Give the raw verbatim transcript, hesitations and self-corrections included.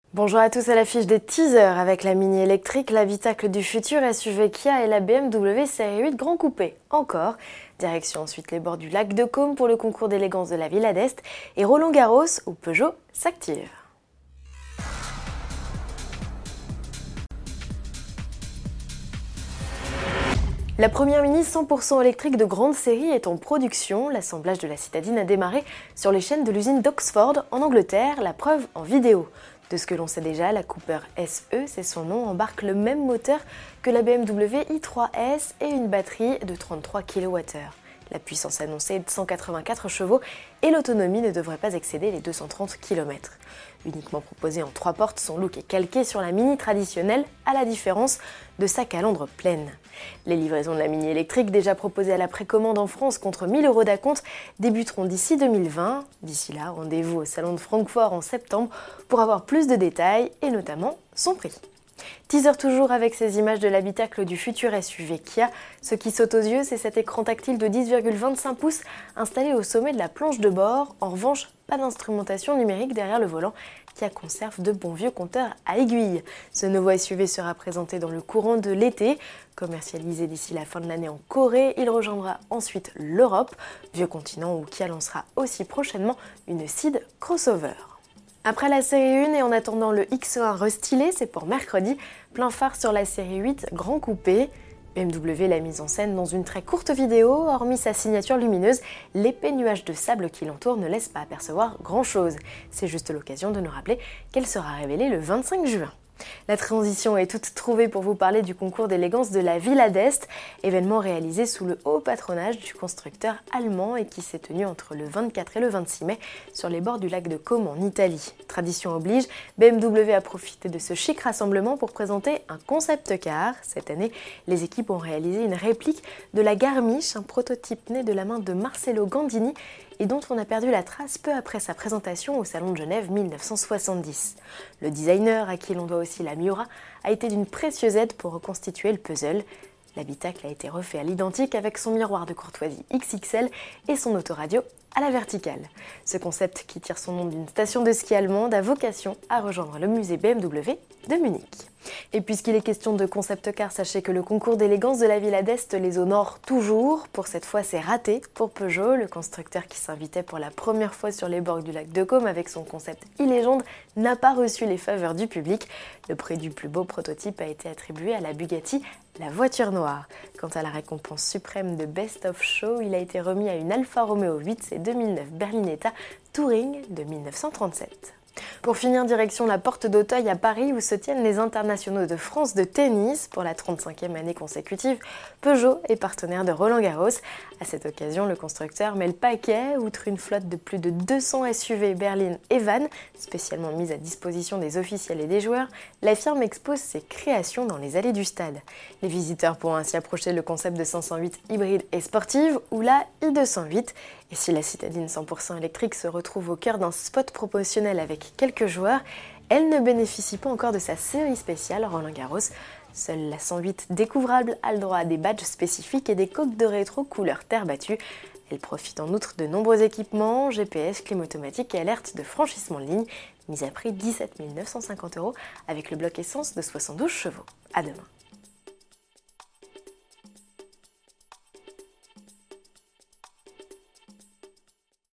Bonjour à tous, à l'affiche des teasers avec la Mini électrique, l'habitacle du futur S U V Kia et la B M W série huit Grand Coupé. Encore, direction ensuite les bords du lac de Côme pour le concours d'élégance de la Villa d'Est et Roland Garros où Peugeot s'active. La première Mini cent pour cent électrique de grande série est en production. L'assemblage de la citadine a démarré sur les chaînes de l'usine d'Oxford en Angleterre, la preuve en vidéo. De ce que l'on sait déjà, la Cooper S E, c'est son nom, embarque le même moteur que la B M W i trois S et une batterie de trente-trois kilowattheures. La puissance annoncée est de cent quatre-vingt-quatre chevaux et l'autonomie ne devrait pas excéder les deux cent trente kilomètres. Uniquement proposée en trois portes, son look est calqué sur la Mini traditionnelle, à la différence de sa calandre pleine. Les livraisons de la Mini électrique, déjà proposées à la précommande en France contre mille euros d'acompte, débuteront d'ici deux mille vingt. D'ici là, rendez-vous au salon de Francfort en septembre pour avoir plus de détails et notamment son prix. Teaser toujours avec ces images de l'habitacle du futur S U V Kia. Ce qui saute aux yeux, c'est cet écran tactile de dix virgule vingt-cinq pouces installé au sommet de la planche de bord. En revanche, pas d'instrumentation numérique derrière le volant. Kia conserve de bons vieux compteurs à aiguille. Ce nouveau S U V sera présenté dans le courant de l'été. Commercialisé d'ici la fin de l'année en Corée, il rejoindra ensuite l'Europe, vieux continent où Kia lancera aussi prochainement une Ceed crossover. Après la série un et en attendant le X un restylé, c'est pour mercredi, plein phare sur la série huit Grand Coupé. B M W l'a mise en scène dans une très courte vidéo, hormis sa signature lumineuse, l'épais nuage de sable qui l'entoure ne laisse pas apercevoir grand-chose. C'est juste l'occasion de nous rappeler qu'elle sera révélée le vingt-cinq juin. La transition est toute trouvée pour vous parler du concours d'élégance de la Villa d'Est, événement réalisé sous le haut patronage du constructeur allemand et qui s'est tenu entre le vingt-quatre et le vingt-six mai sur les bords du lac de Côme en Italie. Tradition oblige, B M W a profité de ce chic rassemblement pour présenter un concept car. Cette année, les équipes ont réalisé une réplique de la Garmisch, un prototype né de la main de Marcello Gandini et dont on a perdu la trace peu après sa présentation au Salon de Genève mille neuf cent soixante-dix. Le designer, à qui l'on doit aussi la Miura, a été d'une précieuse aide pour reconstituer le puzzle. L'habitacle a été refait à l'identique avec son miroir de courtoisie X X L et son autoradio à la verticale. Ce concept, qui tire son nom d'une station de ski allemande, a vocation à rejoindre le musée B M W de Munich. Et puisqu'il est question de concept car, sachez que le concours d'élégance de la Villa d'Est les honore toujours. Pour cette fois, c'est raté pour Peugeot, le constructeur qui s'invitait pour la première fois sur les bords du lac de Côme avec son concept e-légende n'a pas reçu les faveurs du public. Le prix du plus beau prototype a été attribué à la Bugatti, la voiture noire. Quant à la récompense suprême de Best of Show, il a été remis à une Alfa Romeo huit C deux mille neuf Berlinetta Touring de mille neuf cent trente-sept. Pour finir, direction la Porte d'Auteuil à Paris où se tiennent les internationaux de France de tennis. Pour la trente-cinquième année consécutive, Peugeot est partenaire de Roland Garros. À cette occasion, le constructeur met le paquet. Outre une flotte de plus de deux cents S U V berline et van, spécialement mise à disposition des officiels et des joueurs, la firme expose ses créations dans les allées du stade. Les visiteurs pourront ainsi approcher le concept de cinq cent huit hybride et sportive ou la i deux cent huit. Et si la citadine cent pour cent électrique se retrouve au cœur d'un spot promotionnel avec quelques joueurs, elle ne bénéficie pas encore de sa série spéciale Roland Garros. Seule la cent huit découvrable a le droit à des badges spécifiques et des coques de rétro couleur terre battue. Elle profite en outre de nombreux équipements, G P S, clim automatique et alerte de franchissement de ligne, mise à prix dix-sept mille neuf cent cinquante euros avec le bloc essence de soixante-douze chevaux. À demain.